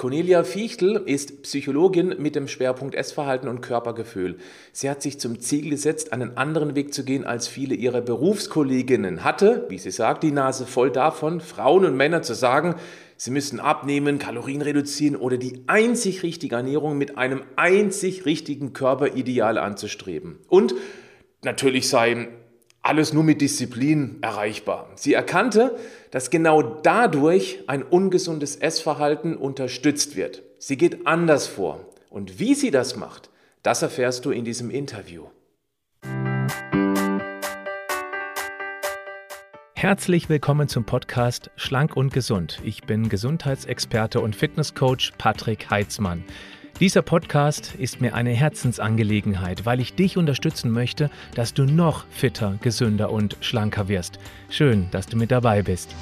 Cornelia Fichtel ist Psychologin mit dem Schwerpunkt Essverhalten und Körpergefühl. Sie hat sich zum Ziel gesetzt, einen anderen Weg zu gehen als viele ihrer Berufskolleginnen. Hatte, wie sie sagt, die Nase voll davon, Frauen und Männer zu sagen, sie müssten abnehmen, Kalorien reduzieren oder die einzig richtige Ernährung mit einem einzig richtigen Körperideal anzustreben. Und natürlich sei alles nur mit Disziplin erreichbar. Sie erkannte, dass genau dadurch ein ungesundes Essverhalten unterstützt wird. Sie geht anders vor. Und wie sie das macht, das erfährst du in diesem Interview. Herzlich willkommen zum Podcast Schlank und Gesund. Ich bin Gesundheitsexperte und Fitnesscoach Patrick Heitzmann. Dieser Podcast ist mir eine Herzensangelegenheit, weil ich dich unterstützen möchte, dass du noch fitter, gesünder und schlanker wirst. Schön, dass du mit dabei bist.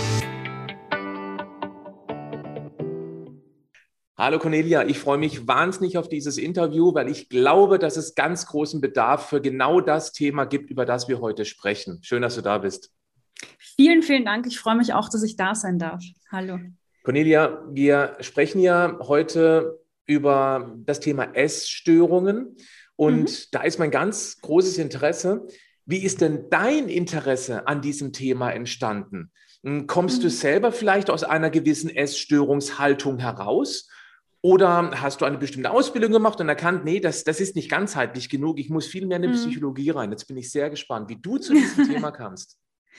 Hallo Cornelia, ich freue mich wahnsinnig auf dieses Interview, weil ich glaube, dass es ganz großen Bedarf für genau das Thema gibt, über das wir heute sprechen. Schön, dass du da bist. Vielen, vielen Dank. Ich freue mich auch, dass ich da sein darf. Hallo. Cornelia, wir sprechen ja heute über das Thema Essstörungen und da ist mein ganz großes Interesse. Wie ist denn dein Interesse an diesem Thema entstanden? Kommst du selber vielleicht aus einer gewissen Essstörungshaltung heraus? Oder hast du eine bestimmte Ausbildung gemacht und erkannt, nee, das ist nicht ganzheitlich genug, ich muss viel mehr in die Psychologie rein. Jetzt bin ich sehr gespannt, wie du zu diesem Thema kamst.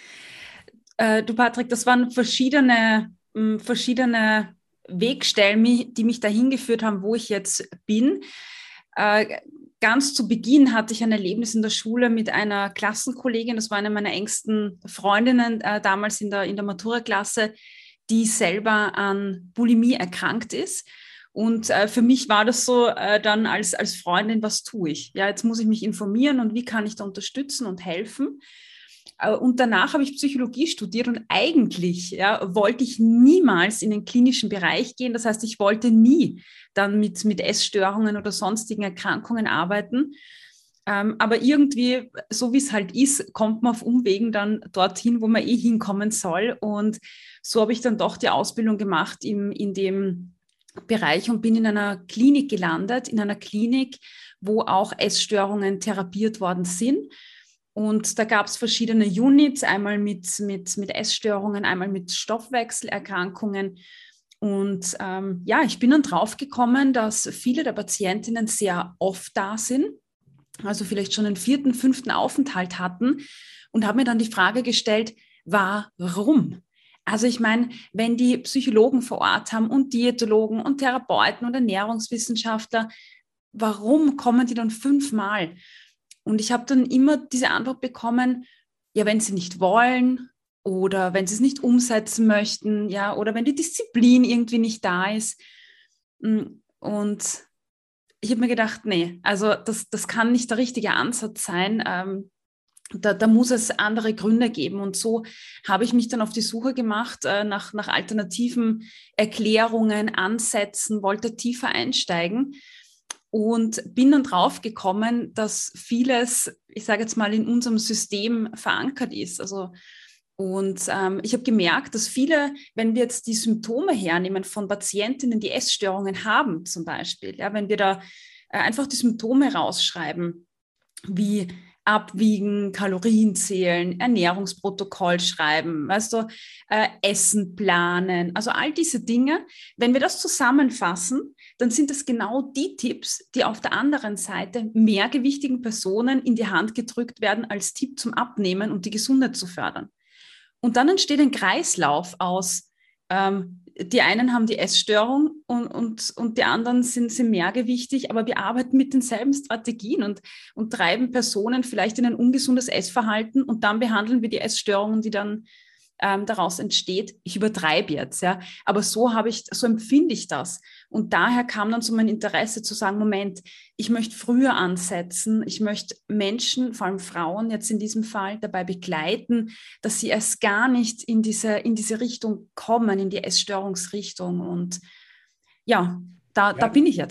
Du Patrick, das waren verschiedene Wegstellen, die mich dahin geführt haben, wo ich jetzt bin. Ganz zu Beginn hatte ich ein Erlebnis in der Schule mit einer Klassenkollegin, das war eine meiner engsten Freundinnen, damals in der Matura-Klasse, die selber an Bulimie erkrankt ist. Und für mich war das so dann als Freundin, was tue ich? Ja, jetzt muss ich mich informieren und wie kann ich da unterstützen und helfen? Und danach habe ich Psychologie studiert und eigentlich wollte ich niemals in den klinischen Bereich gehen. Das heißt, ich wollte nie dann mit Essstörungen oder sonstigen Erkrankungen arbeiten. Aber irgendwie, so wie es halt ist, kommt man auf Umwegen dann dorthin, wo man hinkommen soll. Und so habe ich dann doch die Ausbildung gemacht in dem Bereich und bin in einer Klinik gelandet, in einer Klinik, wo auch Essstörungen therapiert worden sind. Und da gab es verschiedene Units, einmal mit Essstörungen, einmal mit Stoffwechselerkrankungen. Und ich bin dann draufgekommen, dass viele der Patientinnen sehr oft da sind, also vielleicht schon einen 4., 5. Aufenthalt hatten und habe mir dann die Frage gestellt, warum? Also ich meine, wenn die Psychologen vor Ort haben und Diätologen und Therapeuten und Ernährungswissenschaftler, warum kommen die dann 5-mal? Und ich habe dann immer diese Antwort bekommen, ja, wenn sie nicht wollen oder wenn sie es nicht umsetzen möchten, ja, oder wenn die Disziplin irgendwie nicht da ist. Und ich habe mir gedacht, nee, also das kann nicht der richtige Ansatz sein. Da muss es andere Gründe geben. Und so habe ich mich dann auf die Suche gemacht nach alternativen Erklärungen, Ansätzen, wollte tiefer einsteigen. Und bin dann drauf gekommen, dass vieles, ich sage jetzt mal, in unserem System verankert ist. Und ich habe gemerkt, dass viele, wenn wir jetzt die Symptome hernehmen von Patientinnen, die Essstörungen haben zum Beispiel, ja, wenn wir da einfach die Symptome rausschreiben, wie Abwiegen, Kalorien zählen, Ernährungsprotokoll schreiben, weißt du, Essen planen, also all diese Dinge, wenn wir das zusammenfassen, dann sind das genau die Tipps, die auf der anderen Seite mehrgewichtigen Personen in die Hand gedrückt werden als Tipp zum Abnehmen und die Gesundheit zu fördern. Und dann entsteht ein Kreislauf aus, die einen haben die Essstörung und die anderen sind mehrgewichtig, aber wir arbeiten mit denselben Strategien und treiben Personen vielleicht in ein ungesundes Essverhalten und dann behandeln wir die Essstörungen, die dann daraus entsteht. Ich übertreibe jetzt, ja, aber so empfinde ich das. Und daher kam dann so mein Interesse zu sagen, Moment, ich möchte früher ansetzen, ich möchte Menschen, vor allem Frauen jetzt in diesem Fall, dabei begleiten, dass sie erst gar nicht in diese Richtung kommen, in die Essstörungsrichtung. Und ja, da bin ich jetzt.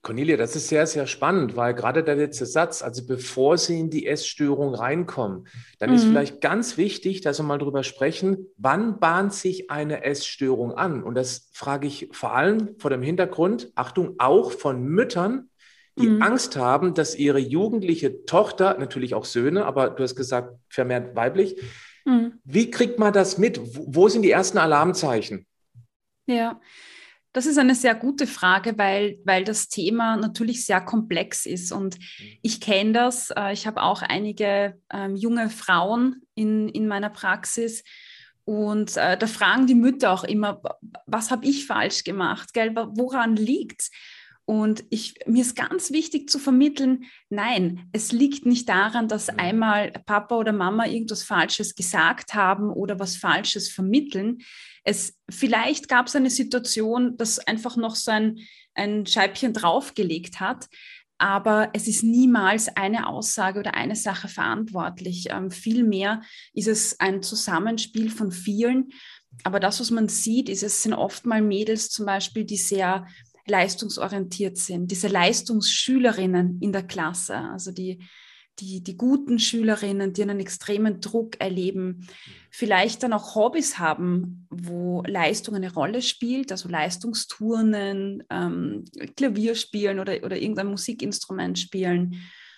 Cornelia, das ist sehr, sehr spannend, weil gerade der letzte Satz, also bevor Sie in die Essstörung reinkommen, dann ist Mhm. vielleicht ganz wichtig, dass wir mal drüber sprechen, wann bahnt sich eine Essstörung an? Und das frage ich vor allem vor dem Hintergrund, Achtung, auch von Müttern, die Mhm. Angst haben, dass ihre jugendliche Tochter, natürlich auch Söhne, aber du hast gesagt, vermehrt weiblich, Mhm. wie kriegt man das mit? Wo sind die ersten Alarmzeichen? Ja. Das ist eine sehr gute Frage, weil das Thema natürlich sehr komplex ist. Und ich kenne das. Ich habe auch einige junge Frauen in meiner Praxis. Und da fragen die Mütter auch immer, was habe ich falsch gemacht? Gell? Woran liegt's? Und mir ist ganz wichtig zu vermitteln, nein, es liegt nicht daran, dass einmal Papa oder Mama irgendwas Falsches gesagt haben oder was Falsches vermitteln. Vielleicht gab es eine Situation, dass einfach noch so ein Scheibchen draufgelegt hat, aber es ist niemals eine Aussage oder eine Sache verantwortlich. Vielmehr ist es ein Zusammenspiel von vielen. Aber das, was man sieht, es sind oft mal Mädels zum Beispiel, die sehr leistungsorientiert sind, diese Leistungsschülerinnen in der Klasse, also die guten Schülerinnen, die einen extremen Druck erleben, vielleicht dann auch Hobbys haben, wo Leistung eine Rolle spielt, also Leistungsturnen, Klavier spielen oder irgendein Musikinstrument spielen.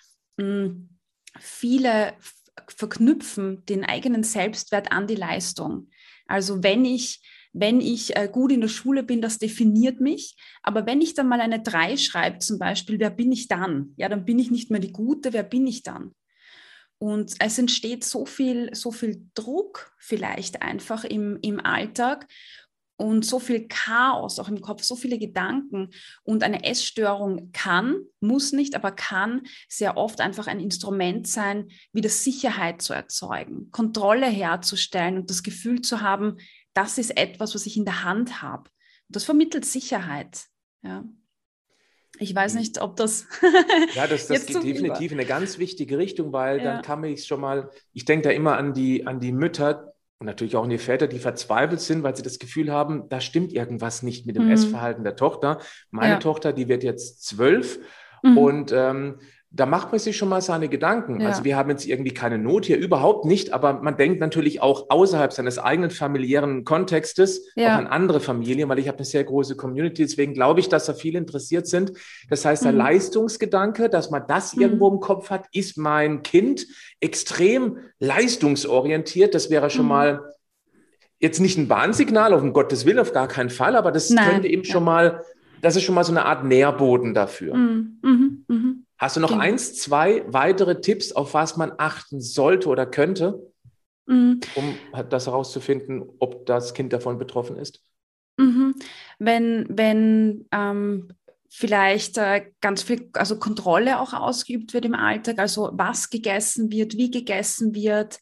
Viele verknüpfen den eigenen Selbstwert an die Leistung. Also wenn ich gut in der Schule bin, das definiert mich. Aber wenn ich dann mal eine 3 schreibe, zum Beispiel, wer bin ich dann? Ja, dann bin ich nicht mehr die Gute, wer bin ich dann? Und es entsteht so viel Druck vielleicht einfach im Alltag und so viel Chaos auch im Kopf, so viele Gedanken. Und eine Essstörung muss nicht, aber kann sehr oft einfach ein Instrument sein, wieder Sicherheit zu erzeugen, Kontrolle herzustellen und das Gefühl zu haben, das ist etwas, was ich in der Hand habe. Und das vermittelt Sicherheit. Ja. Ich weiß nicht, ob das Ja, das jetzt geht zu viel war. definitiv in eine ganz wichtige Richtung, weil dann Ja. kann man es schon mal, ich denke da immer an die Mütter und natürlich auch an die Väter, die verzweifelt sind, weil sie das Gefühl haben, da stimmt irgendwas nicht mit dem Mhm. Essverhalten der Tochter. Meine Ja. Tochter, die wird jetzt 12 Mhm. und da macht man sich schon mal seine Gedanken. Also Ja. wir haben jetzt irgendwie keine Not hier, überhaupt nicht, aber man denkt natürlich auch außerhalb seines eigenen familiären Kontextes auch an Ja. andere Familien, weil ich habe eine sehr große Community, deswegen glaube ich, dass da viele interessiert sind. Das heißt, der Mhm. Leistungsgedanke, dass man das irgendwo Mhm. im Kopf hat, ist mein Kind extrem leistungsorientiert. Das wäre schon Mhm. mal jetzt nicht ein Warnsignal, auf um Gottes Willen, auf gar keinen Fall, aber das könnte Nein, eben schon ja. mal, das ist schon mal so eine Art Nährboden dafür. Mhm. Mhm. Mhm. Hast du noch Genau. eins, zwei weitere Tipps, auf was man achten sollte oder könnte, Mhm. um das herauszufinden, ob das Kind davon betroffen ist? Mhm. Wenn vielleicht ganz viel, also Kontrolle auch ausgeübt wird im Alltag, also was gegessen wird, wie gegessen wird,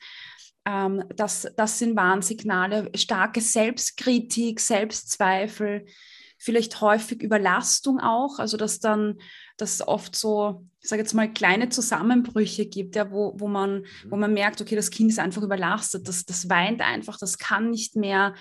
das sind Warnsignale, starke Selbstkritik, Selbstzweifel, vielleicht häufig Überlastung auch, also dass oft so, ich sage jetzt mal, kleine Zusammenbrüche gibt, ja, wo man merkt, okay, das Kind ist einfach überlastet, das weint einfach, das kann nicht mehr.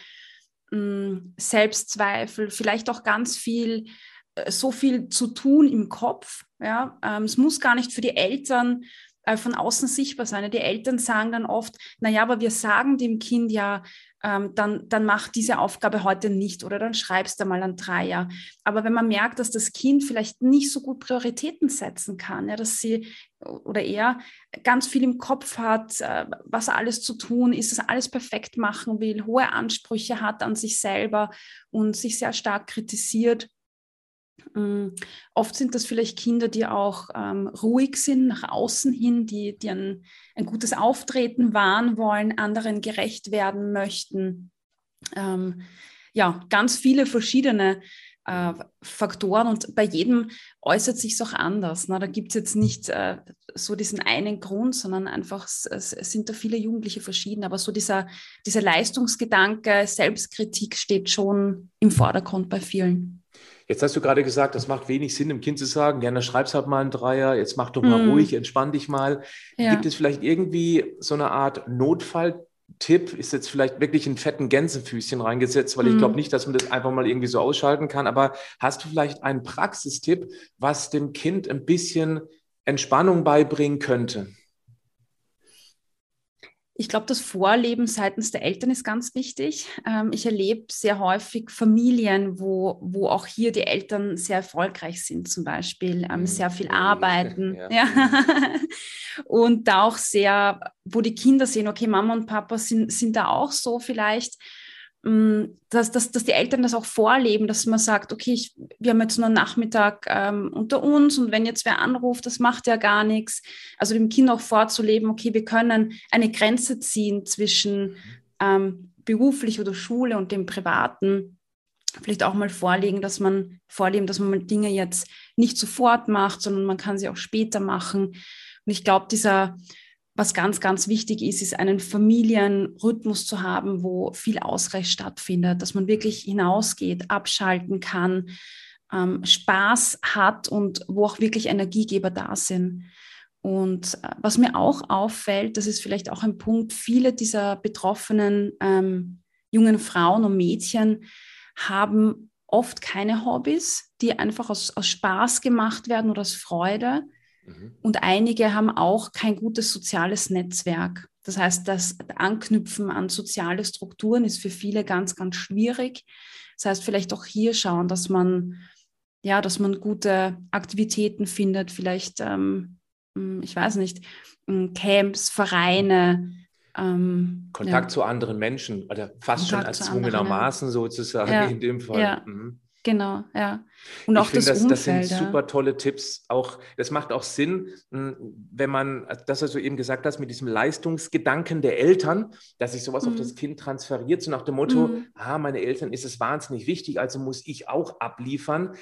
Selbstzweifel, vielleicht auch ganz viel, so viel zu tun im Kopf. Ja? Es muss gar nicht für die Eltern von außen sichtbar sein. Die Eltern sagen dann oft, naja, aber wir sagen dem Kind ja, dann mach diese Aufgabe heute nicht oder dann schreibst du mal einen Dreier. Aber wenn man merkt, dass das Kind vielleicht nicht so gut Prioritäten setzen kann, ja, dass sie oder er ganz viel im Kopf hat, was alles zu tun ist, das alles perfekt machen will, hohe Ansprüche hat an sich selber und sich sehr stark kritisiert. Oft sind das vielleicht Kinder, die auch ruhig sind nach außen hin, die ein gutes Auftreten wahren wollen, anderen gerecht werden möchten. Ja, ganz viele verschiedene Faktoren und bei jedem äußert sich es auch anders. Ne? Da gibt es jetzt nicht so diesen einen Grund, sondern einfach, es sind da viele Jugendliche verschieden, aber so dieser Leistungsgedanke, Selbstkritik steht schon im Vordergrund bei vielen. Jetzt hast du gerade gesagt, das macht wenig Sinn, dem Kind zu sagen, gerne schreib's halt mal einen Dreier, jetzt mach doch mal ruhig, Mm, entspann dich mal. Gibt ja. es vielleicht irgendwie so eine Art Notfall Tipp ist jetzt vielleicht wirklich ein fetten Gänsefüßchen reingesetzt, weil ich glaube nicht, dass man das einfach mal irgendwie so ausschalten kann. Aber hast du vielleicht einen Praxistipp, was dem Kind ein bisschen Entspannung beibringen könnte? Ich glaube, das Vorleben seitens der Eltern ist ganz wichtig. Ich erlebe sehr häufig Familien, wo auch hier die Eltern sehr erfolgreich sind, zum Beispiel sehr viel arbeiten. Ja. Ja. Und da auch sehr, wo die Kinder sehen, okay, Mama und Papa sind da auch so vielleicht, dass die Eltern das auch vorleben, dass man sagt, okay, wir haben jetzt nur einen Nachmittag unter uns und wenn jetzt wer anruft, das macht ja gar nichts. Also dem Kind auch vorzuleben, okay, wir können eine Grenze ziehen zwischen beruflich oder Schule und dem Privaten. Vielleicht auch mal vorleben, dass man mal Dinge jetzt nicht sofort macht, sondern man kann sie auch später machen. Und ich glaube, was ganz, ganz wichtig ist einen Familienrhythmus zu haben, wo viel Ausgleich stattfindet, dass man wirklich hinausgeht, abschalten kann, Spaß hat und wo auch wirklich Energiegeber da sind. Und was mir auch auffällt, das ist vielleicht auch ein Punkt, viele dieser betroffenen jungen Frauen und Mädchen haben oft keine Hobbys, die einfach aus Spaß gemacht werden oder aus Freude. Und einige haben auch kein gutes soziales Netzwerk. Das heißt, das Anknüpfen an soziale Strukturen ist für viele ganz, ganz schwierig. Das heißt, vielleicht auch hier schauen, dass man gute Aktivitäten findet, vielleicht, ich weiß nicht, Camps, Vereine. Kontakt zu anderen Menschen oder fast schon erzwungenermaßen sozusagen in dem Fall. Ja. Genau, ja. Und auch ich finde, das sind Umfeld, super tolle Tipps. Auch, das macht auch Sinn, wenn man, das, was du eben gesagt hast, mit diesem Leistungsgedanken der Eltern, dass sich sowas auf das Kind transferiert, so nach dem Motto, meine Eltern ist es wahnsinnig wichtig, also muss ich auch abliefern.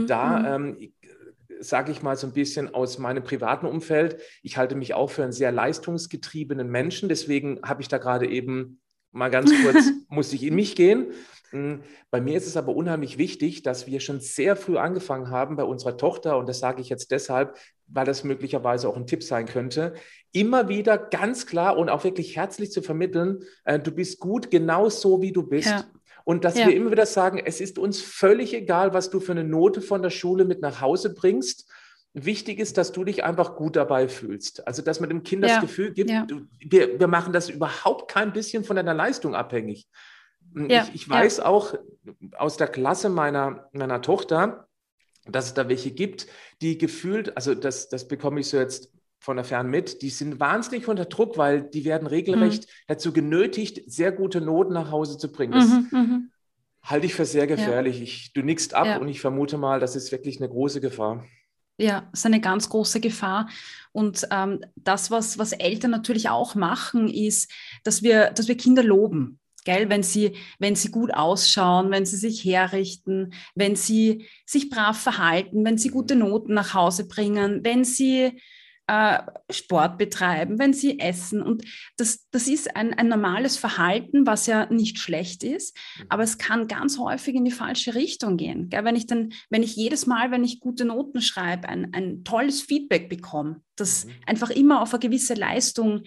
Sage ich mal so ein bisschen aus meinem privaten Umfeld, ich halte mich auch für einen sehr leistungsgetriebenen Menschen, deswegen habe ich da gerade eben mal ganz kurz, musste ich in mich gehen. Bei mir ist es aber unheimlich wichtig, dass wir schon sehr früh angefangen haben bei unserer Tochter, und das sage ich jetzt deshalb, weil das möglicherweise auch ein Tipp sein könnte, immer wieder ganz klar und auch wirklich herzlich zu vermitteln, du bist gut genau so, wie du bist. Ja. Und dass wir immer wieder sagen, es ist uns völlig egal, was du für eine Note von der Schule mit nach Hause bringst. Wichtig ist, dass du dich einfach gut dabei fühlst. Also, dass man dem Kind das Gefühl gibt, wir machen das überhaupt kein bisschen von deiner Leistung abhängig. Ich weiß auch aus der Klasse meiner Tochter, dass es da welche gibt, die gefühlt, also das bekomme ich so jetzt von der Fern mit, die sind wahnsinnig unter Druck, weil die werden regelrecht dazu genötigt, sehr gute Noten nach Hause zu bringen. Das halte ich für sehr gefährlich. Du nickst ab und ich vermute mal, das ist wirklich eine große Gefahr. Ja, das ist eine ganz große Gefahr. Und das, was Eltern natürlich auch machen, ist, dass wir Kinder loben. Gell? Wenn sie gut ausschauen, wenn sie sich herrichten, wenn sie sich brav verhalten, wenn sie gute Noten nach Hause bringen, wenn sie Sport betreiben, wenn sie essen. Und das ist ein normales Verhalten, was ja nicht schlecht ist, aber es kann ganz häufig in die falsche Richtung gehen. Gell? Wenn ich jedes Mal, wenn ich gute Noten schreibe, ein tolles Feedback bekomme, das einfach immer auf eine gewisse Leistung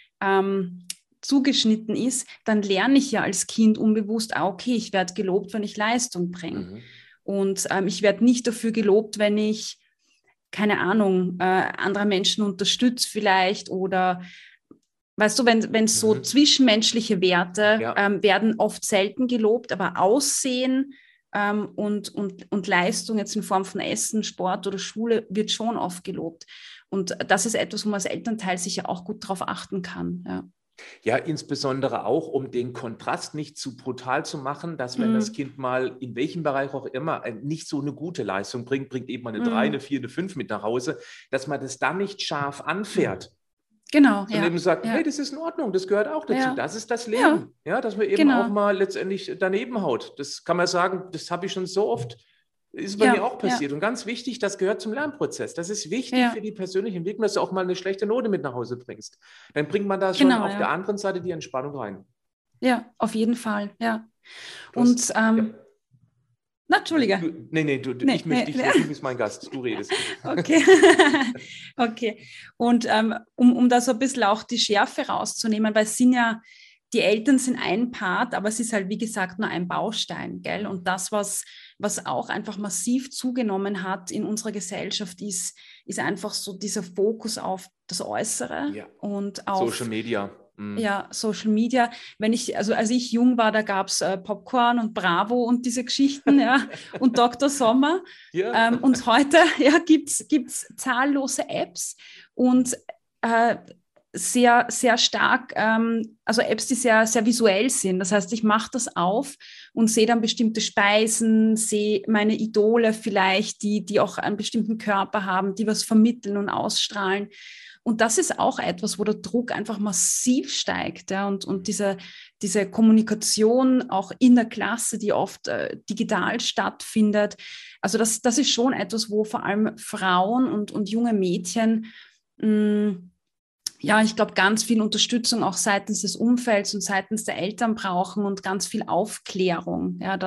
zugeschnitten ist, dann lerne ich ja als Kind unbewusst, okay, ich werde gelobt, wenn ich Leistung bringe. Und ich werde nicht dafür gelobt, wenn ich keine Ahnung, andere Menschen unterstützt vielleicht oder, weißt du, wenn es so zwischenmenschliche Werte werden oft selten gelobt, aber Aussehen und Leistung jetzt in Form von Essen, Sport oder Schule wird schon oft gelobt. Und das ist etwas, wo man als Elternteil sicher auch gut drauf achten kann, ja. Ja, insbesondere auch, um den Kontrast nicht zu brutal zu machen, dass wenn das Kind mal in welchem Bereich auch immer nicht so eine gute Leistung bringt eben mal eine 3, eine 4, eine 5 mit nach Hause, dass man das dann nicht scharf anfährt. Genau. Sondern eben sagt, hey, das ist in Ordnung, das gehört auch dazu, das ist das Leben. Ja, dass man eben auch mal letztendlich daneben haut. Das kann man sagen, das habe ich schon so oft, ist bei mir auch passiert. Und ganz wichtig, das gehört zum Lernprozess. Das ist wichtig für die persönliche Entwicklung, dass du auch mal eine schlechte Note mit nach Hause bringst. Dann bringt man da schon auf der anderen Seite die Entspannung rein. Ja, auf jeden Fall, ja. Und, na, Entschuldige. Du bist mein Gast, du redest. Okay. Okay. Und um da so ein bisschen auch die Schärfe rauszunehmen, weil es sind ja die Eltern sind ein Part, aber es ist halt, wie gesagt, nur ein Baustein, gell? Und das, was auch einfach massiv zugenommen hat in unserer Gesellschaft, ist einfach so dieser Fokus auf das Äußere und auf Social Media. Ja, Social Media. Also als ich jung war, da gab es Popcorn und Bravo und diese Geschichten, ja, und Dr. Sommer. Ja. Und heute gibt's zahllose Apps und sehr, sehr stark, also Apps, die sehr, sehr visuell sind. Das heißt, ich mache das auf und sehe dann bestimmte Speisen, sehe meine Idole vielleicht, die auch einen bestimmten Körper haben, die was vermitteln und ausstrahlen. Und das ist auch etwas, wo der Druck einfach massiv steigt. Ja, und diese Kommunikation auch in der Klasse, die oft digital stattfindet. Also das ist schon etwas, wo vor allem Frauen und junge Mädchen, ja, ich glaube, ganz viel Unterstützung auch seitens des Umfelds und seitens der Eltern brauchen und ganz viel Aufklärung, ja,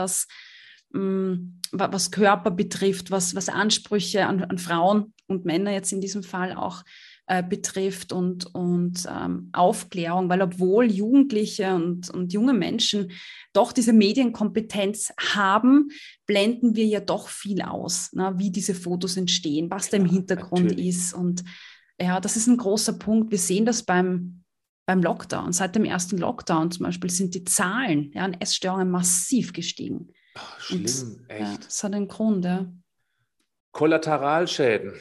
was Körper betrifft, was Ansprüche an Frauen und Männer jetzt in diesem Fall auch betrifft und Aufklärung, weil obwohl Jugendliche und junge Menschen doch diese Medienkompetenz haben, blenden wir ja doch viel aus, ne, wie diese Fotos entstehen, was da im Hintergrund ist. Und ja, das ist ein großer Punkt. Wir sehen das beim Lockdown. Seit dem ersten Lockdown zum Beispiel sind die Zahlen an Essstörungen massiv gestiegen. Ach, schlimm, und, echt. Ja, das hat einen Grund, ja. Kollateralschäden.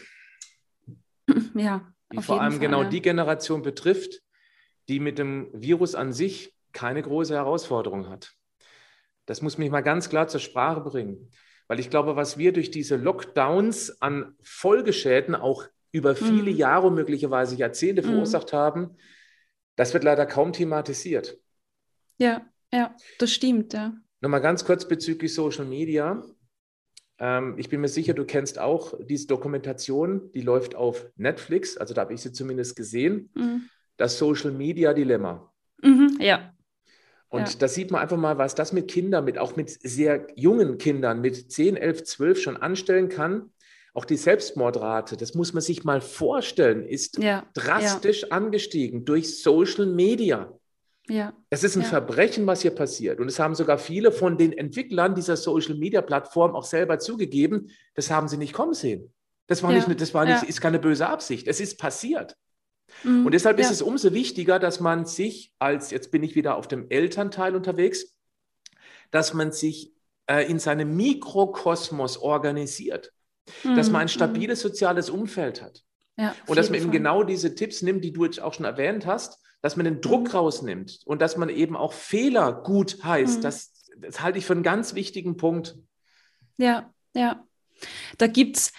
Ja, die auf vor jeden allem Fall, genau ja. die Generation betrifft, die mit dem Virus an sich keine große Herausforderung hat. Das muss mich mal ganz klar zur Sprache bringen, weil ich glaube, was wir durch diese Lockdowns an Folgeschäden auch über viele Jahre, möglicherweise Jahrzehnte verursacht haben, das wird leider kaum thematisiert. Ja, das stimmt, ja. Nochmal ganz kurz bezüglich Social Media. Ich bin mir sicher, du kennst auch diese Dokumentation, die läuft auf Netflix, also da habe ich sie zumindest gesehen, das Social Media Dilemma. Ja. Und da sieht man einfach mal, was das mit Kindern, auch mit sehr jungen Kindern, mit 10, 11, 12 schon anstellen kann. Auch die Selbstmordrate, das muss man sich mal vorstellen, ist drastisch angestiegen durch Social Media. Ja. Es ist ein Verbrechen, was hier passiert. Und es haben sogar viele von den Entwicklern dieser Social-Media-Plattform auch selber zugegeben, das haben sie nicht kommen sehen. Ist keine böse Absicht. Es ist passiert. Und deshalb ist es umso wichtiger, dass man sich jetzt bin ich wieder auf dem Elternteil unterwegs, dass man sich in seinem Mikrokosmos organisiert, dass man ein stabiles soziales Umfeld hat. Ja, und dass man eben genau diese Tipps nimmt, die du jetzt auch schon erwähnt hast, dass man den Druck rausnimmt und dass man eben auch Fehler gut heißt. Das halte ich für einen ganz wichtigen Punkt. Ja. Da gibt's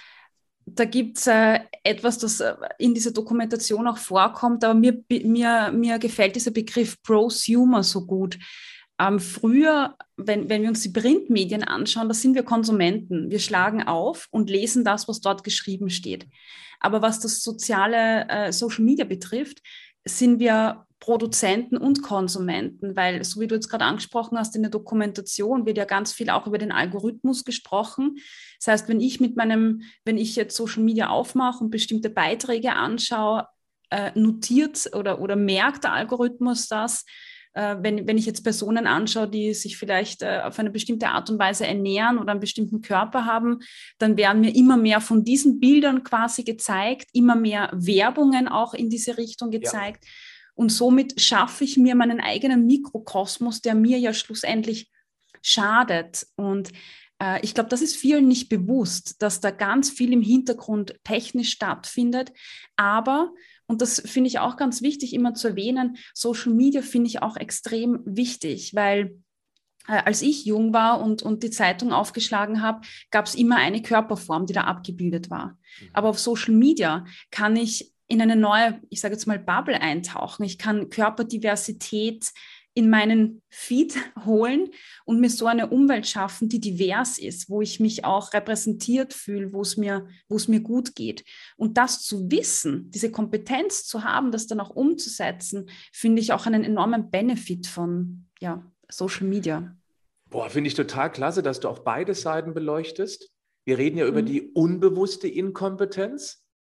etwas, das in dieser Dokumentation auch vorkommt, aber mir gefällt dieser Begriff Prosumer so gut. Früher, wenn wir uns die Printmedien anschauen, da sind wir Konsumenten. Wir schlagen auf und lesen das, was dort geschrieben steht. Aber was das soziale Social Media betrifft, sind wir Produzenten und Konsumenten, weil, so wie du jetzt gerade angesprochen hast, in der Dokumentation wird ja ganz viel auch über den Algorithmus gesprochen. Das heißt, wenn ich jetzt Social Media aufmache und bestimmte Beiträge anschaue, notiert oder merkt der Algorithmus das. Wenn ich jetzt Personen anschaue, die sich vielleicht auf eine bestimmte Art und Weise ernähren oder einen bestimmten Körper haben, dann werden mir immer mehr von diesen Bildern quasi gezeigt, immer mehr Werbungen auch in diese Richtung gezeigt. Ja. Und somit schaffe ich mir meinen eigenen Mikrokosmos, der mir ja schlussendlich schadet. Und ich glaube, das ist vielen nicht bewusst, dass da ganz viel im Hintergrund technisch stattfindet. Aber, und das finde ich auch ganz wichtig immer zu erwähnen, Social Media finde ich auch extrem wichtig, weil als ich jung war und die Zeitung aufgeschlagen habe, gab es immer eine Körperform, die da abgebildet war. Aber auf Social Media kann ich in eine neue, ich sage jetzt mal, Bubble eintauchen. Ich kann Körperdiversität in meinen Feed holen und mir so eine Umwelt schaffen, die divers ist, wo ich mich auch repräsentiert fühle, wo es mir gut geht. Und das zu wissen, diese Kompetenz zu haben, das dann auch umzusetzen, finde ich auch einen enormen Benefit von Social Media. Boah, finde ich total klasse, dass du auch beide Seiten beleuchtest. Wir reden ja über die unbewusste Inkompetenz.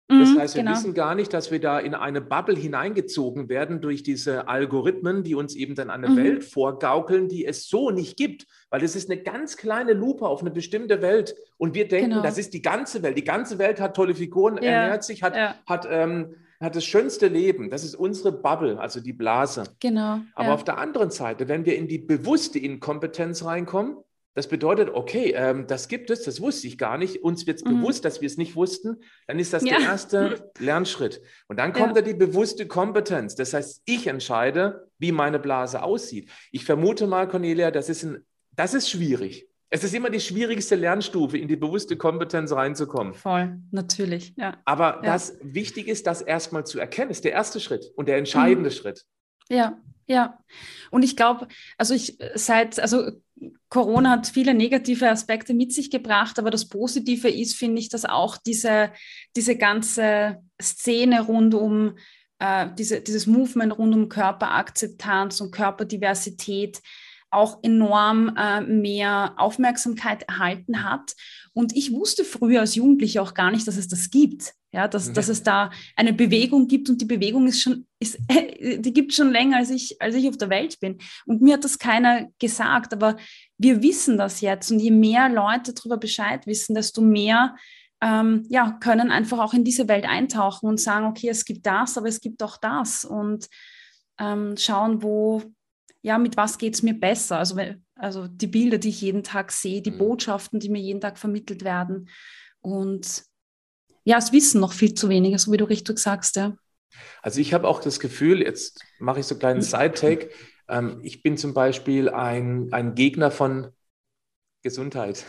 Das heißt, wir genau. wissen gar nicht, dass wir da in eine Bubble hineingezogen werden durch diese Algorithmen, die uns eben dann eine Welt vorgaukeln, die es so nicht gibt. Weil es ist eine ganz kleine Lupe auf eine bestimmte Welt. Und wir denken, das ist die ganze Welt. Die ganze Welt hat tolle Figuren, ernährt sich, hat das schönste Leben. Das ist unsere Bubble, also die Blase. Genau. Aber auf der anderen Seite, wenn wir in die bewusste Inkompetenz reinkommen, das bedeutet, okay, das gibt es, das wusste ich gar nicht, uns wird es bewusst, dass wir es nicht wussten, dann ist das der erste Lernschritt. Und dann kommt da die bewusste Kompetenz. Das heißt, ich entscheide, wie meine Blase aussieht. Ich vermute mal, Cornelia, das ist schwierig. Es ist immer die schwierigste Lernstufe, in die bewusste Kompetenz reinzukommen. Voll, natürlich, ja. Aber das wichtig ist, das erstmal zu erkennen, ist der erste Schritt und der entscheidende Schritt. Ja, ja. Und ich glaube, also Corona hat viele negative Aspekte mit sich gebracht, aber das Positive ist, finde ich, dass auch diese ganze Szene rund um dieses Movement rund um Körperakzeptanz und Körperdiversität auch enorm mehr Aufmerksamkeit erhalten hat. Und ich wusste früher als Jugendliche auch gar nicht, dass es das gibt. Ja, dass es da eine Bewegung gibt und die Bewegung die gibt es schon länger, als ich auf der Welt bin. Und mir hat das keiner gesagt, aber wir wissen das jetzt. Und je mehr Leute darüber Bescheid wissen, desto mehr können einfach auch in diese Welt eintauchen und sagen, okay, es gibt das, aber es gibt auch das. Und schauen, mit was geht es mir besser? Also die Bilder, die ich jeden Tag sehe, die Botschaften, die mir jeden Tag vermittelt werden. Und ja, es wissen noch viel zu wenige, so wie du richtig sagst, ja. Also ich habe auch das Gefühl, jetzt mache ich so einen kleinen Side-Take, ich bin zum Beispiel ein Gegner von Gesundheit.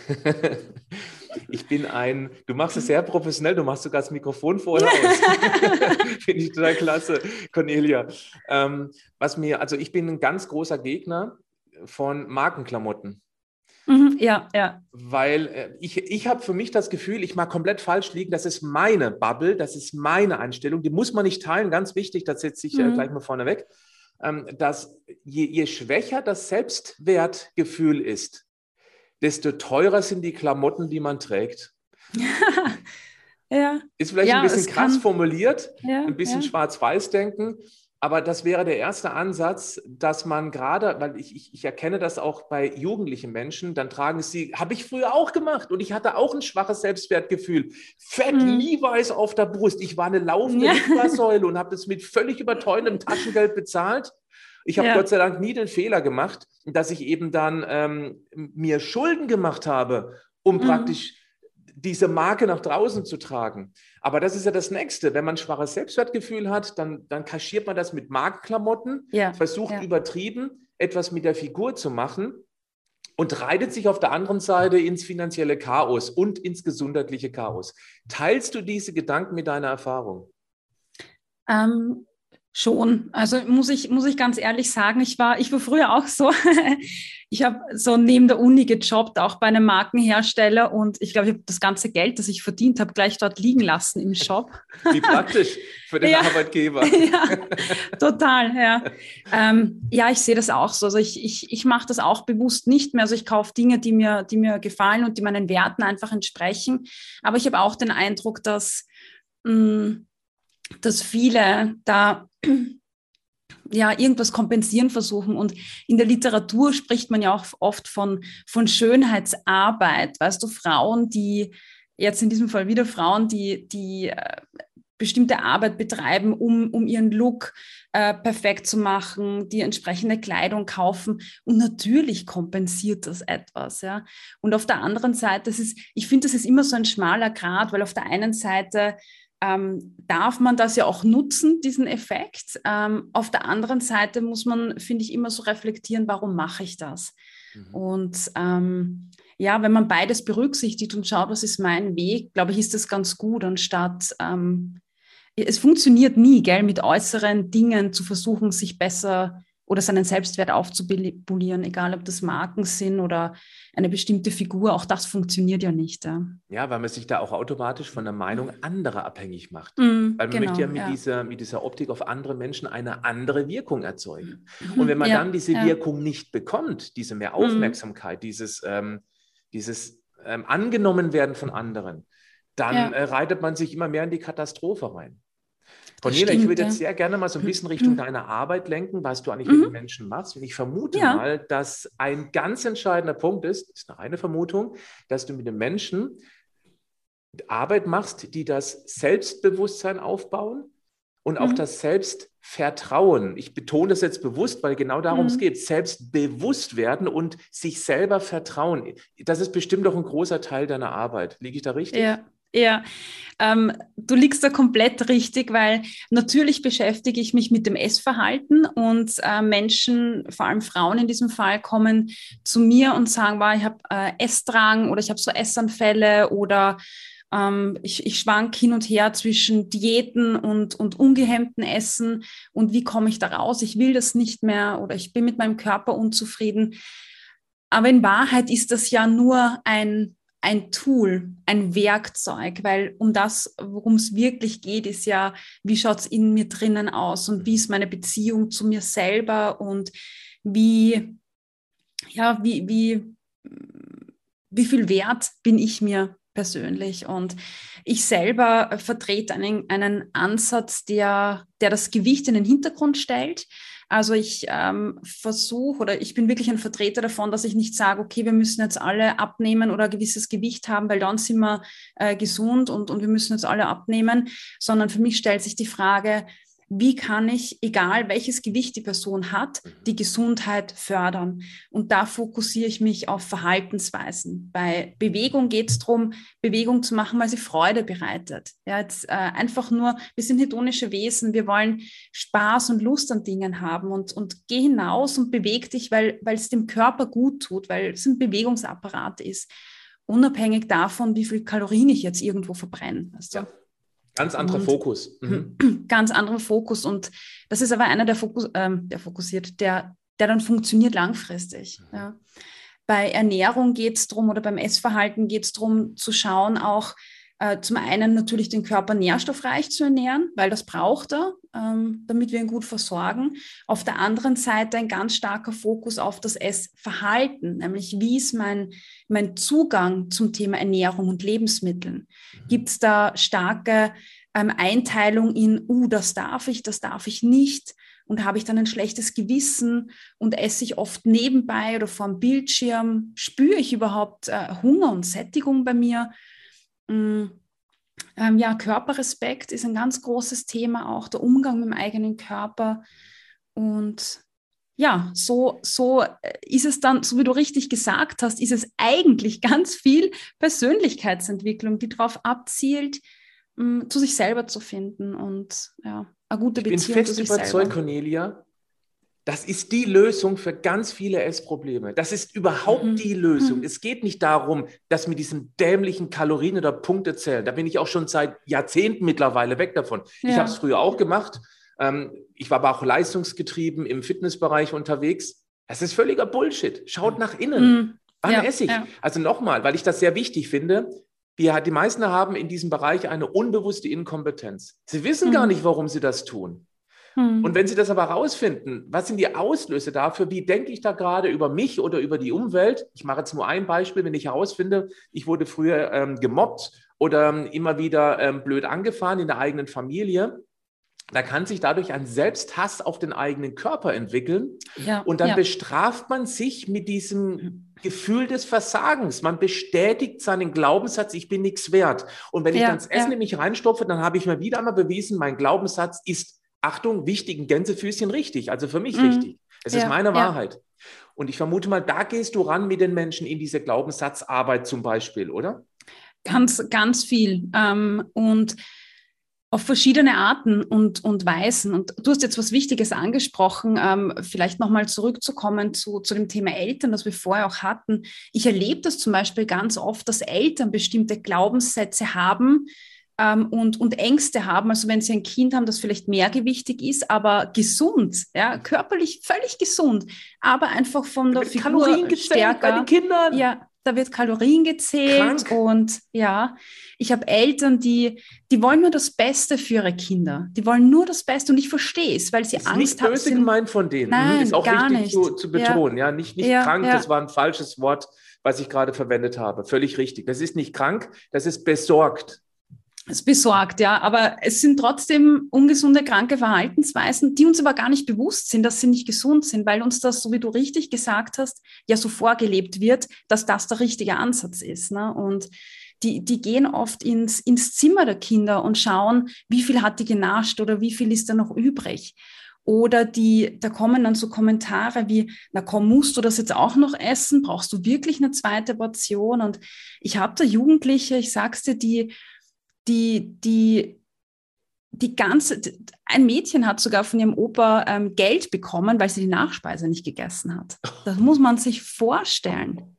Du machst es sehr professionell, du machst sogar das Mikrofon vorher aus. Finde ich total klasse, Cornelia. Ich bin ein ganz großer Gegner von Markenklamotten. Ja. Weil ich habe für mich das Gefühl, ich mag komplett falsch liegen, das ist meine Bubble, das ist meine Einstellung, die muss man nicht teilen, ganz wichtig, das setze ich gleich mal vorne weg, dass je schwächer das Selbstwertgefühl ist, desto teurer sind die Klamotten, die man trägt. Ja. Ist vielleicht ein bisschen krass formuliert, ein bisschen schwarz-weiß denken, aber das wäre der erste Ansatz, dass man gerade, weil ich erkenne das auch bei jugendlichen Menschen, dann tragen sie, habe ich früher auch gemacht und ich hatte auch ein schwaches Selbstwertgefühl. Fett, Levi's auf der Brust. Ich war eine laufende Litfaßsäule und habe das mit völlig überteuerndem Taschengeld bezahlt. Ich habe Gott sei Dank nie den Fehler gemacht, dass ich eben dann mir Schulden gemacht habe, um praktisch diese Marke nach draußen zu tragen. Aber das ist ja das Nächste. Wenn man ein schwaches Selbstwertgefühl hat, dann kaschiert man das mit Markenklamotten, versucht übertrieben etwas mit der Figur zu machen und reitet sich auf der anderen Seite ins finanzielle Chaos und ins gesundheitliche Chaos. Teilst du diese Gedanken mit deiner Erfahrung? Schon. Also muss ich ganz ehrlich sagen, ich war früher auch so. Ich habe so neben der Uni gejobbt, auch bei einem Markenhersteller und ich glaube, ich habe das ganze Geld, das ich verdient habe, gleich dort liegen lassen im Shop. Wie praktisch für den Arbeitgeber. Ja, total, ja. Ich sehe das auch so. Also ich mache das auch bewusst nicht mehr. Also ich kaufe Dinge, die mir gefallen und die meinen Werten einfach entsprechen. Aber ich habe auch den Eindruck, dass viele da irgendwas kompensieren versuchen. Und in der Literatur spricht man ja auch oft von Schönheitsarbeit. Weißt du, Frauen, die, jetzt in diesem Fall wieder Frauen, die bestimmte Arbeit betreiben, um ihren Look perfekt zu machen, die entsprechende Kleidung kaufen. Und natürlich kompensiert das etwas. Ja? Und auf der anderen Seite, ich finde, das ist immer so ein schmaler Grat, weil auf der einen Seite darf man das ja auch nutzen, diesen Effekt. Auf der anderen Seite muss man, finde ich, immer so reflektieren, warum mache ich das? Und wenn man beides berücksichtigt und schaut, was ist mein Weg, glaube ich, ist das ganz gut, anstatt es funktioniert nie, gell, mit äußeren Dingen zu versuchen, sich besser oder seinen Selbstwert aufzupolieren, egal ob das Marken sind oder eine bestimmte Figur, auch das funktioniert ja nicht. Ja, weil man sich da auch automatisch von der Meinung anderer abhängig macht. Weil man möchte ja mit dieser Optik auf andere Menschen eine andere Wirkung erzeugen. Und wenn man dann diese Wirkung nicht bekommt, diese mehr Aufmerksamkeit, dieses angenommen werden von anderen, dann reitet man sich immer mehr in die Katastrophe rein. Cornelia, ich würde jetzt sehr gerne mal so ein bisschen Richtung deiner Arbeit lenken, was du eigentlich mit den Menschen machst. Und ich vermute mal, dass ein ganz entscheidender Punkt ist eine reine Vermutung, dass du mit den Menschen Arbeit machst, die das Selbstbewusstsein aufbauen und auch das Selbstvertrauen. Ich betone das jetzt bewusst, weil genau darum es geht. Selbstbewusst werden und sich selber vertrauen. Das ist bestimmt auch ein großer Teil deiner Arbeit. Liege ich da richtig? Ja, du liegst da komplett richtig, weil natürlich beschäftige ich mich mit dem Essverhalten und Menschen, vor allem Frauen in diesem Fall, kommen zu mir und sagen, ich habe Essdrang oder ich habe so Essanfälle oder ich schwank hin und her zwischen Diäten und ungehemmten Essen und wie komme ich da raus? Ich will das nicht mehr oder ich bin mit meinem Körper unzufrieden. Aber in Wahrheit ist das ja nur ein Tool, ein Werkzeug, weil um das, worum es wirklich geht, ist ja, wie schaut es in mir drinnen aus und wie ist meine Beziehung zu mir selber und wie viel wert bin ich mir persönlich. Und ich selber vertrete einen Ansatz, der das Gewicht in den Hintergrund stellt. Also ich versuche oder ich bin wirklich ein Vertreter davon, dass ich nicht sage, okay, wir müssen jetzt alle abnehmen oder ein gewisses Gewicht haben, weil dann sind wir gesund und wir müssen jetzt alle abnehmen, sondern für mich stellt sich die Frage, wie kann ich, egal welches Gewicht die Person hat, die Gesundheit fördern? Und da fokussiere ich mich auf Verhaltensweisen. Bei Bewegung geht es darum, Bewegung zu machen, weil sie Freude bereitet. Ja, jetzt einfach nur, wir sind hedonische Wesen, wir wollen Spaß und Lust an Dingen haben und geh hinaus und beweg dich, weil es dem Körper gut tut, weil es ein Bewegungsapparat ist, unabhängig davon, wie viel Kalorien ich jetzt irgendwo verbrenne. Weißt du? Ja. Ganz anderer Fokus. Ganz anderer Fokus. Und das ist aber einer, der dann funktioniert langfristig. Ja. Bei Ernährung geht es darum, oder beim Essverhalten geht es darum, zu schauen, auch zum einen natürlich den Körper nährstoffreich zu ernähren, weil das braucht er, damit wir ihn gut versorgen. Auf der anderen Seite ein ganz starker Fokus auf das Essverhalten, nämlich wie ist mein Zugang zum Thema Ernährung und Lebensmitteln? Gibt es da starke Einteilung in, das darf ich nicht? Und habe ich dann ein schlechtes Gewissen und esse ich oft nebenbei oder vor dem Bildschirm? Spüre ich überhaupt Hunger und Sättigung bei mir? Körperrespekt ist ein ganz großes Thema, auch der Umgang mit dem eigenen Körper. Und ja, so ist es dann, so wie du richtig gesagt hast, ist es eigentlich ganz viel Persönlichkeitsentwicklung, die darauf abzielt, zu sich selber zu finden und eine gute Beziehung zu sich selber. Ich bin fest überzeugt, Cornelia, das ist die Lösung für ganz viele Essprobleme. Das ist überhaupt die Lösung. Es geht nicht darum, dass mit diesen dämlichen Kalorien oder Punktezählen, da bin ich auch schon seit Jahrzehnten mittlerweile weg davon. Ja. Ich habe es früher auch gemacht. Ich war aber auch leistungsgetrieben im Fitnessbereich unterwegs. Das ist völliger Bullshit. Schaut nach innen. Wann esse ich? Ja. Also nochmal, weil ich das sehr wichtig finde. Die meisten haben in diesem Bereich eine unbewusste Inkompetenz. Sie wissen gar nicht, warum sie das tun. Und wenn Sie das aber herausfinden, was sind die Auslöser dafür, wie denke ich da gerade über mich oder über die Umwelt? Ich mache jetzt nur ein Beispiel, wenn ich herausfinde, ich wurde früher gemobbt oder immer wieder blöd angefahren in der eigenen Familie, da kann sich dadurch ein Selbsthass auf den eigenen Körper entwickeln und dann bestraft man sich mit diesem Gefühl des Versagens. Man bestätigt seinen Glaubenssatz, ich bin nichts wert. Und wenn ich dann das Essen in mich reinstopfe, dann habe ich mir wieder einmal bewiesen, mein Glaubenssatz ist, Achtung, wichtigen Gänsefüßchen richtig, also für mich richtig. Es ist meine Wahrheit. Und ich vermute mal, da gehst du ran mit den Menschen in diese Glaubenssatzarbeit zum Beispiel, oder? Ganz, ganz viel. Und auf verschiedene Arten und Weisen. Und du hast jetzt was Wichtiges angesprochen, vielleicht nochmal zurückzukommen zu dem Thema Eltern, das wir vorher auch hatten. Ich erlebe das zum Beispiel ganz oft, dass Eltern bestimmte Glaubenssätze haben, und Ängste haben, also wenn sie ein Kind haben, das vielleicht mehrgewichtig ist, aber gesund, körperlich völlig gesund, aber einfach von der Figur Kalorien gezählt bei den Kindern. Ja, da wird Kalorien gezählt. Krank. Und ich habe Eltern, die wollen nur das Beste für ihre Kinder. Die wollen nur das Beste und ich verstehe es, weil sie Angst haben. Ist nicht böse gemeint von denen. Nein, ist auch gar wichtig nicht. zu betonen. Ja, nicht krank, das war ein falsches Wort, was ich gerade verwendet habe. Völlig richtig. Das ist nicht krank, das ist besorgt. Es besorgt, ja, aber es sind trotzdem ungesunde, kranke Verhaltensweisen, die uns aber gar nicht bewusst sind, dass sie nicht gesund sind, weil uns das, so wie du richtig gesagt hast, ja so vorgelebt wird, dass das der richtige Ansatz ist. Ne? Und die gehen oft ins Zimmer der Kinder und schauen, wie viel hat die genascht oder wie viel ist da noch übrig. Oder da kommen dann so Kommentare wie, na komm, musst du das jetzt auch noch essen? Brauchst du wirklich eine zweite Portion? Und ich habe da Jugendliche, ich sag's dir, die ein Mädchen hat sogar von ihrem Opa Geld bekommen, weil sie die Nachspeise nicht gegessen hat. Das muss man sich vorstellen.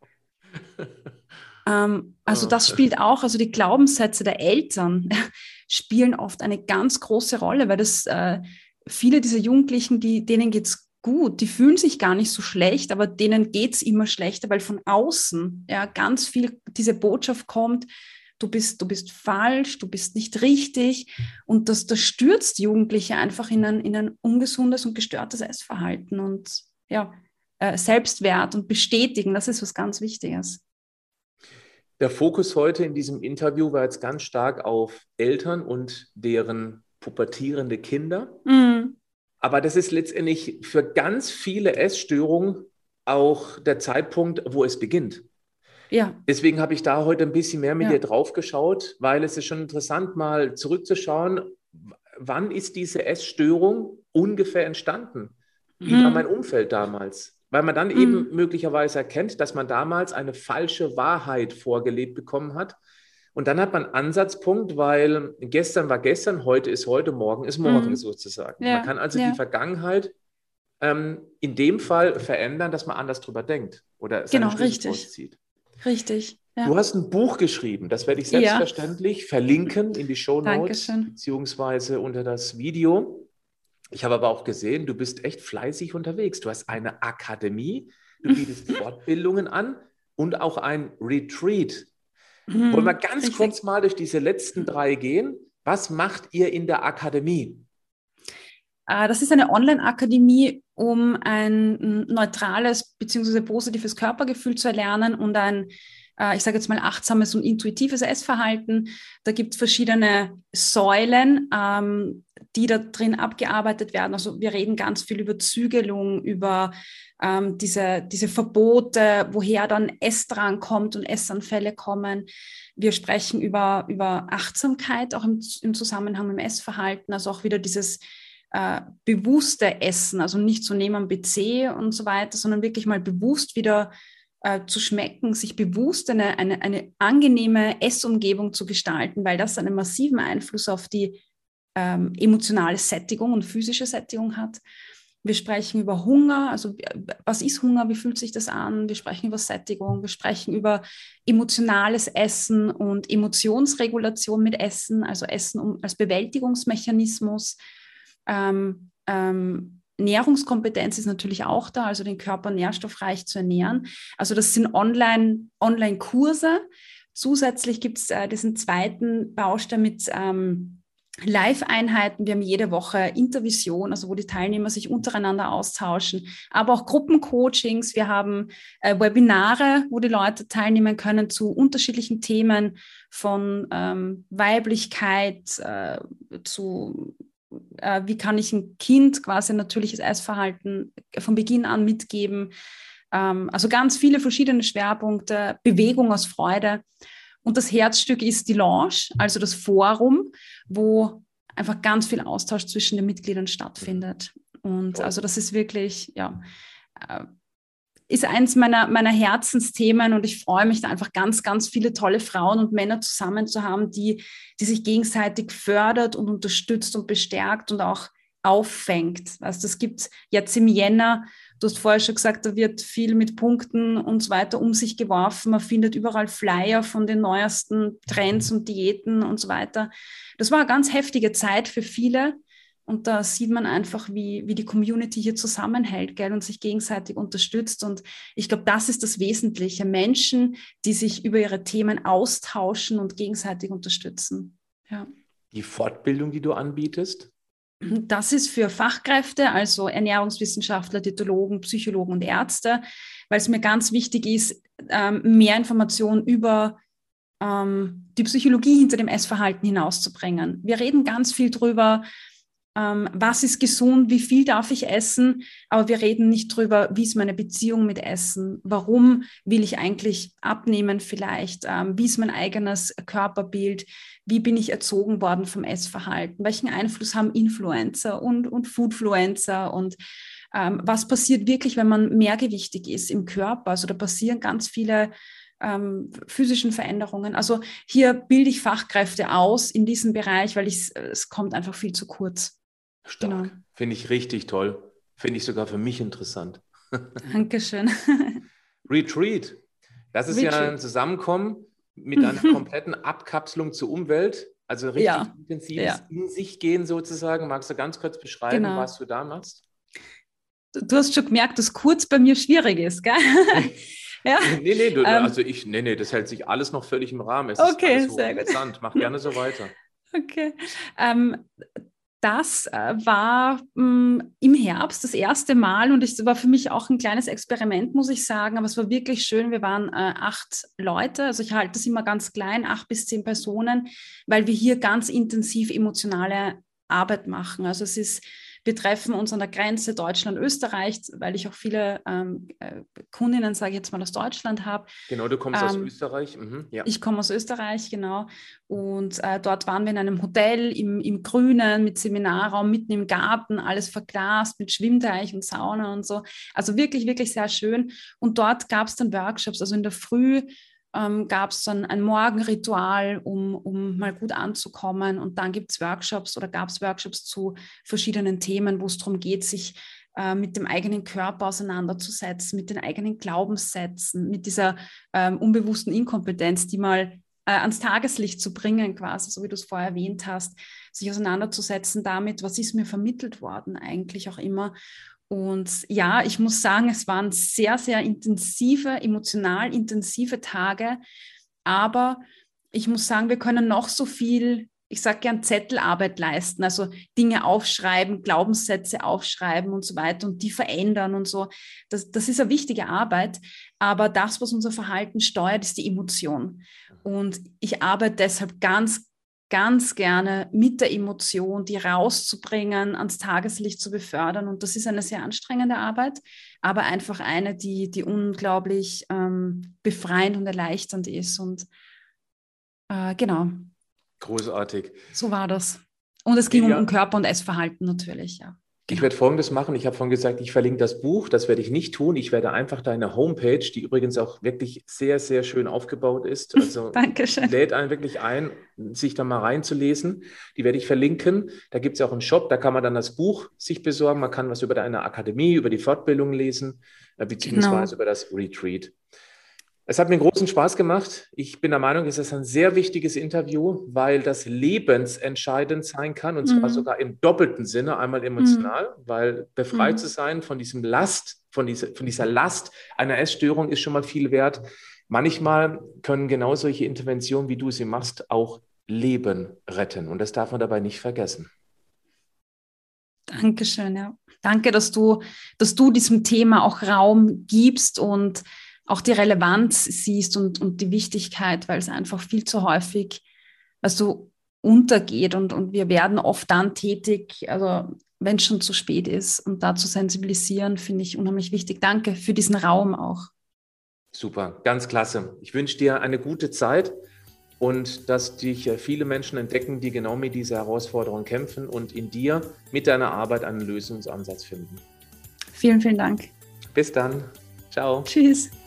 Also das spielt auch, also die Glaubenssätze der Eltern spielen oft eine ganz große Rolle, weil das viele dieser Jugendlichen, denen geht's gut, die fühlen sich gar nicht so schlecht, aber denen geht's immer schlechter, weil von außen ja ganz viel diese Botschaft kommt, du bist falsch, du bist nicht richtig, und das stürzt Jugendliche einfach in ein ungesundes und gestörtes Essverhalten und ja, Selbstwert und bestätigen, das ist was ganz Wichtiges. Der Fokus heute in diesem Interview war jetzt ganz stark auf Eltern und deren pubertierende Kinder. Mhm. Aber das ist letztendlich für ganz viele Essstörungen auch der Zeitpunkt, wo es beginnt. Ja. Deswegen habe ich da heute ein bisschen mehr mit dir drauf geschaut, weil es ist schon interessant, mal zurückzuschauen, wann ist diese Essstörung ungefähr entstanden? Wie war mein Umfeld damals? Weil man dann eben möglicherweise erkennt, dass man damals eine falsche Wahrheit vorgelebt bekommen hat. Und dann hat man einen Ansatzpunkt, weil gestern war gestern, heute ist heute, morgen ist morgen sozusagen. Ja. Man kann also die Vergangenheit in dem Fall verändern, dass man anders drüber denkt oder seine Schlüsse rauszieht. Richtig. Ja. Du hast ein Buch geschrieben, das werde ich selbstverständlich verlinken in die Shownotes beziehungsweise unter das Video. Ich habe aber auch gesehen, du bist echt fleißig unterwegs. Du hast eine Akademie, du bietest Fortbildungen an und auch ein Retreat. Wollen wir ganz kurz mal durch diese letzten 3 gehen? Was macht ihr in der Akademie? Das ist eine Online-Akademie, um ein neutrales bzw. positives Körpergefühl zu erlernen und ein, ich sage jetzt mal, achtsames und intuitives Essverhalten. Da gibt es verschiedene Säulen, die da drin abgearbeitet werden. Also wir reden ganz viel über Zügelung, über diese Verbote, woher dann Essdrang kommt und Essanfälle kommen. Wir sprechen über Achtsamkeit, auch im Zusammenhang mit dem Essverhalten, also auch wieder dieses bewusste Essen, also nicht so neben am PC und so weiter, sondern wirklich mal bewusst wieder zu schmecken, sich bewusst eine angenehme Essumgebung zu gestalten, weil das einen massiven Einfluss auf die emotionale Sättigung und physische Sättigung hat. Wir sprechen über Hunger, also was ist Hunger, wie fühlt sich das an? Wir sprechen über Sättigung, wir sprechen über emotionales Essen und Emotionsregulation mit Essen, also Essen als Bewältigungsmechanismus. Nährungskompetenz ist natürlich auch da, also den Körper nährstoffreich zu ernähren. Also das sind Online-Kurse. Zusätzlich gibt es diesen zweiten Baustein mit Live-Einheiten. Wir haben jede Woche Intervision, also wo die Teilnehmer sich untereinander austauschen, aber auch Gruppencoachings. Wir haben Webinare, wo die Leute teilnehmen können zu unterschiedlichen Themen, von Weiblichkeit zu wie kann ich ein Kind quasi ein natürliches Essverhalten von Beginn an mitgeben. Also ganz viele verschiedene Schwerpunkte, Bewegung aus Freude. Und das Herzstück ist die Lounge, also das Forum, wo einfach ganz viel Austausch zwischen den Mitgliedern stattfindet. Und also das ist wirklich, ist eins meiner Herzensthemen, und ich freue mich da einfach ganz, ganz viele tolle Frauen und Männer zusammen zu haben, die sich gegenseitig fördert und unterstützt und bestärkt und auch auffängt. Also das gibt es jetzt im Jänner. Du hast vorher schon gesagt, da wird viel mit Punkten und so weiter um sich geworfen. Man findet überall Flyer von den neuesten Trends und Diäten und so weiter. Das war eine ganz heftige Zeit für viele. Und da sieht man einfach, wie die Community hier zusammenhält, gell, und sich gegenseitig unterstützt. Und ich glaube, das ist das Wesentliche. Menschen, die sich über ihre Themen austauschen und gegenseitig unterstützen. Ja. Die Fortbildung, die du anbietest? Das ist für Fachkräfte, also Ernährungswissenschaftler, Diätologen, Psychologen und Ärzte, weil es mir ganz wichtig ist, mehr Informationen über die Psychologie hinter dem Essverhalten hinauszubringen. Wir reden ganz viel drüber, was ist gesund, wie viel darf ich essen, aber wir reden nicht drüber, wie ist meine Beziehung mit Essen, warum will ich eigentlich abnehmen vielleicht, wie ist mein eigenes Körperbild, wie bin ich erzogen worden vom Essverhalten, welchen Einfluss haben Influencer und Foodfluencer und was passiert wirklich, wenn man mehrgewichtig ist im Körper. Also da passieren ganz viele physischen Veränderungen. Also hier bilde ich Fachkräfte aus in diesem Bereich, weil es kommt einfach viel zu kurz. Stark. Genau. Finde ich richtig toll. Finde ich sogar für mich interessant. Dankeschön. Retreat. Das ist ja ein Zusammenkommen mit einer kompletten Abkapselung zur Umwelt. Also richtig intensives in sich gehen sozusagen. Magst du ganz kurz beschreiben, was du da machst? Du hast schon gemerkt, dass kurz bei mir schwierig ist, gell? Ja. Nee, das hält sich alles noch völlig im Rahmen. Es ist alles sehr interessant. Mach gerne so weiter. Okay. Das war im Herbst das erste Mal und es war für mich auch ein kleines Experiment, muss ich sagen, aber es war wirklich schön. Wir waren 8 Leute, also ich halte das immer ganz klein, 8 bis 10 Personen, weil wir hier ganz intensiv emotionale Arbeit machen. Also wir treffen uns an der Grenze Deutschland-Österreich, weil ich auch viele Kundinnen, sage ich jetzt mal, aus Deutschland habe. Genau, du kommst aus Österreich. Ja. Ich komme aus Österreich, genau. Und dort waren wir in einem Hotel im Grünen mit Seminarraum, mitten im Garten, alles verglast mit Schwimmteich und Sauna und so. Also wirklich, wirklich sehr schön. Und dort gab es dann Workshops, also in der Früh gab es dann ein Morgenritual, um mal gut anzukommen. Und dann gibt es Workshops oder gab es Workshops zu verschiedenen Themen, wo es darum geht, sich mit dem eigenen Körper auseinanderzusetzen, mit den eigenen Glaubenssätzen, mit dieser unbewussten Inkompetenz, die mal ans Tageslicht zu bringen, quasi, so wie du es vorher erwähnt hast, sich auseinanderzusetzen damit, was ist mir vermittelt worden eigentlich auch immer. Und ja, ich muss sagen, es waren sehr, sehr intensive, emotional intensive Tage, aber ich muss sagen, wir können noch so viel, ich sage gern Zettelarbeit leisten, also Dinge aufschreiben, Glaubenssätze aufschreiben und so weiter und die verändern und so. Das ist eine wichtige Arbeit, aber das, was unser Verhalten steuert, ist die Emotion. Und ich arbeite deshalb ganz gerne mit der Emotion, die rauszubringen, ans Tageslicht zu befördern. Und das ist eine sehr anstrengende Arbeit, aber einfach eine, die unglaublich befreiend und erleichternd ist. Und genau. Großartig. So war das. Und es ging um Körper- und Essverhalten natürlich, ja. Ich werde Folgendes machen. Ich habe vorhin gesagt, ich verlinke das Buch. Das werde ich nicht tun. Ich werde einfach deine Homepage, die übrigens auch wirklich sehr, sehr schön aufgebaut ist. Also Dankeschön. Lädt einen wirklich ein, sich da mal reinzulesen. Die werde ich verlinken. Da gibt es ja auch einen Shop, da kann man dann das Buch sich besorgen. Man kann was über deine Akademie, über die Fortbildung lesen, beziehungsweise über das Retreat. Es hat mir großen Spaß gemacht. Ich bin der Meinung, es ist ein sehr wichtiges Interview, weil das lebensentscheidend sein kann, und zwar sogar im doppelten Sinne, einmal emotional, weil befreit zu sein von diesem von dieser Last einer Essstörung ist schon mal viel wert. Manchmal können genau solche Interventionen, wie du sie machst, auch Leben retten, und das darf man dabei nicht vergessen. Dankeschön, ja. Danke, dass du diesem Thema auch Raum gibst und auch die Relevanz siehst und die Wichtigkeit, weil es einfach viel zu häufig untergeht und wir werden oft dann tätig, also wenn es schon zu spät ist, und da zu sensibilisieren, finde ich unheimlich wichtig. Danke für diesen Raum auch. Super, ganz klasse. Ich wünsche dir eine gute Zeit und dass dich viele Menschen entdecken, die genau mit dieser Herausforderung kämpfen und in dir mit deiner Arbeit einen Lösungsansatz finden. Vielen, vielen Dank. Bis dann. Ciao. Tschüss.